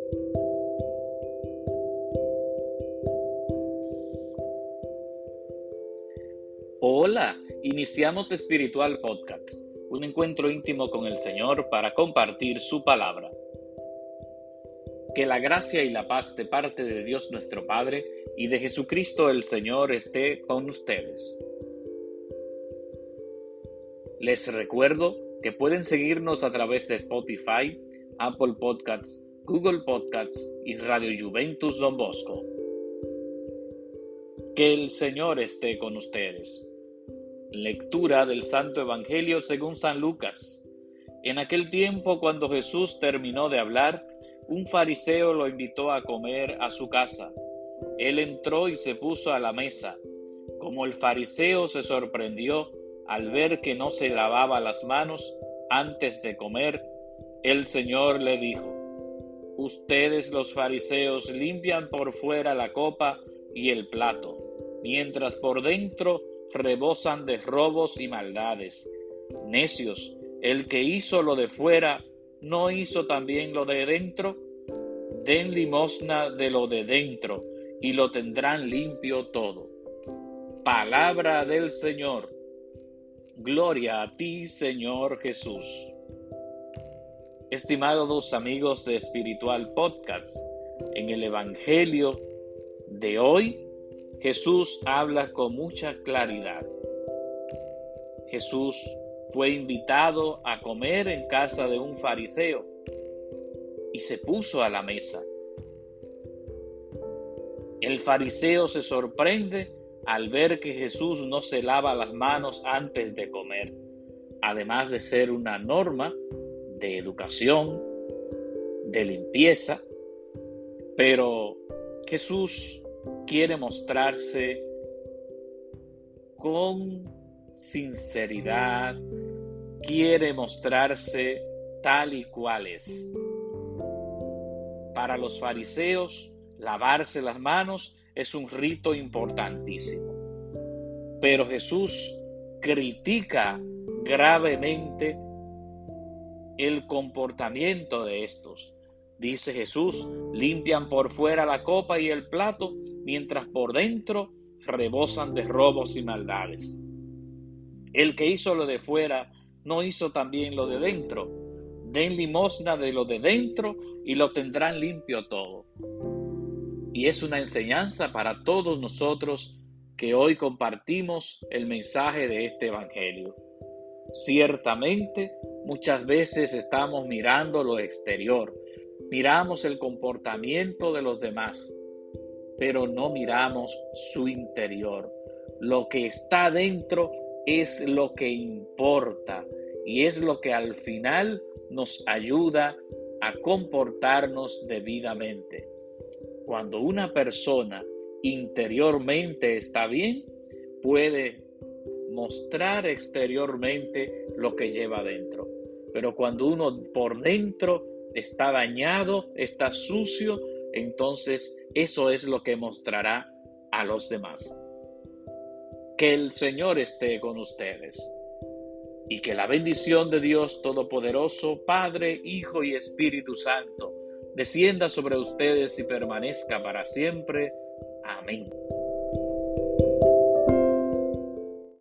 Hola, iniciamos Espiritual Podcast, un encuentro íntimo con el Señor para compartir su palabra. Que la gracia y la paz de parte de Dios nuestro Padre y de Jesucristo el Señor esté con ustedes. Les recuerdo que pueden seguirnos a través de Spotify, Apple Podcasts, Google Podcasts y Radio Juventus Don Bosco. Que el Señor esté con ustedes. Lectura del Santo Evangelio según San Lucas. En aquel tiempo, cuando Jesús terminó de hablar, un fariseo lo invitó a comer a su casa. Él entró y se puso a la mesa. Como el fariseo se sorprendió al ver que no se lavaba las manos antes de comer, el Señor le dijo: Ustedes los fariseos limpian por fuera la copa y el plato, mientras por dentro rebosan de robos y maldades. Necios, el que hizo lo de fuera, ¿no hizo también lo de dentro? Den limosna de lo de dentro, y lo tendrán limpio todo. Palabra del Señor. Gloria a ti, Señor Jesús. Estimados amigos de Espiritual Podcast, en el Evangelio de hoy, Jesús habla con mucha claridad. Jesús fue invitado a comer en casa de un fariseo y se puso a la mesa. El fariseo se sorprende al ver que Jesús no se lava las manos antes de comer, además de ser una norma de educación, de limpieza, pero Jesús quiere mostrarse con sinceridad, quiere mostrarse tal y cual es. Para los fariseos, lavarse las manos es un rito importantísimo. Pero Jesús critica gravemente el comportamiento de estos. Dice Jesús: limpian por fuera la copa y el plato, mientras por dentro rebosan de robos y maldades. El que hizo lo de fuera, ¿no hizo también lo de dentro? Den limosna de lo de dentro y lo tendrán limpio todo. Y es una enseñanza para todos nosotros que hoy compartimos el mensaje de este Evangelio. Ciertamente, muchas veces estamos mirando lo exterior, miramos el comportamiento de los demás, pero no miramos su interior. Lo que está dentro es lo que importa y es lo que al final nos ayuda a comportarnos debidamente. Cuando una persona interiormente está bien, puede mostrar exteriormente lo que lleva dentro. Pero cuando uno por dentro está dañado, está sucio, entonces eso es lo que mostrará a los demás. Que el Señor esté con ustedes y que la bendición de Dios Todopoderoso, Padre, Hijo y Espíritu Santo, descienda sobre ustedes y permanezca para siempre. Amén.